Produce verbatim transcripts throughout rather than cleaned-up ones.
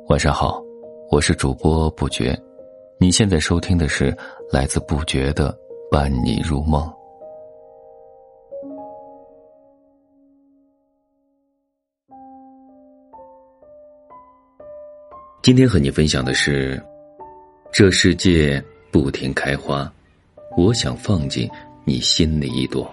晚上好，我是主播不觉，你现在收听的是来自不觉的伴你入梦。今天和你分享的是，这世界不停开花，我想放进你心里一朵。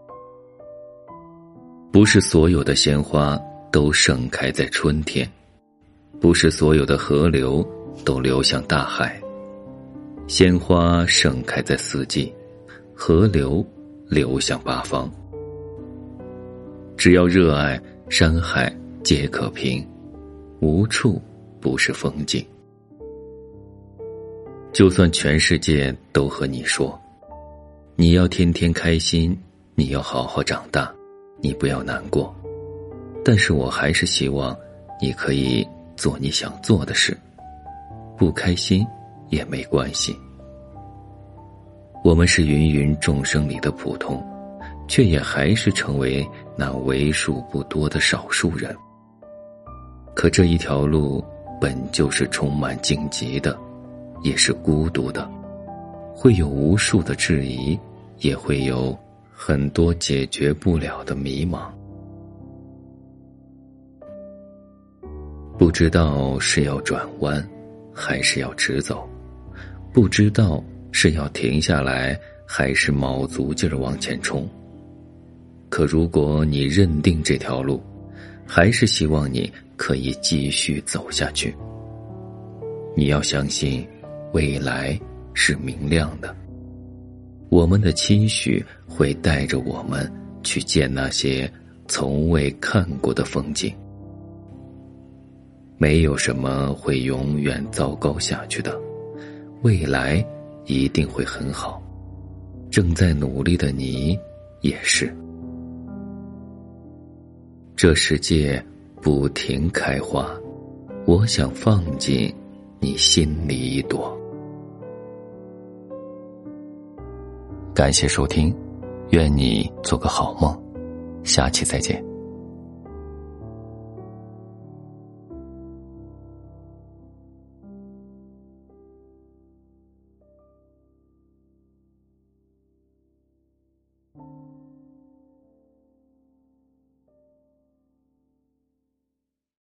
不是所有的鲜花都盛开在春天，不是所有的河流都流向大海。鲜花盛开在四季，河流流向八方。只要热爱，山海皆可平，无处不是风景。就算全世界都和你说，你要天天开心，你要好好长大，你不要难过，但是我还是希望你可以做你想做的事，不开心也没关系。我们是芸芸众生里的普通，却也还是成为那为数不多的少数人。可这一条路本就是充满荆棘的，也是孤独的，会有无数的质疑，也会有很多解决不了的迷茫。不知道是要转弯还是要直走，不知道是要停下来还是卯足劲儿往前冲。可如果你认定这条路，还是希望你可以继续走下去。你要相信未来是明亮的，我们的期许会带着我们去见那些从未看过的风景。没有什么会永远糟糕下去的，未来一定会很好，正在努力的你也是。这世界不停开花，我想放进你心里一朵。感谢收听，愿你做个好梦，下期再见。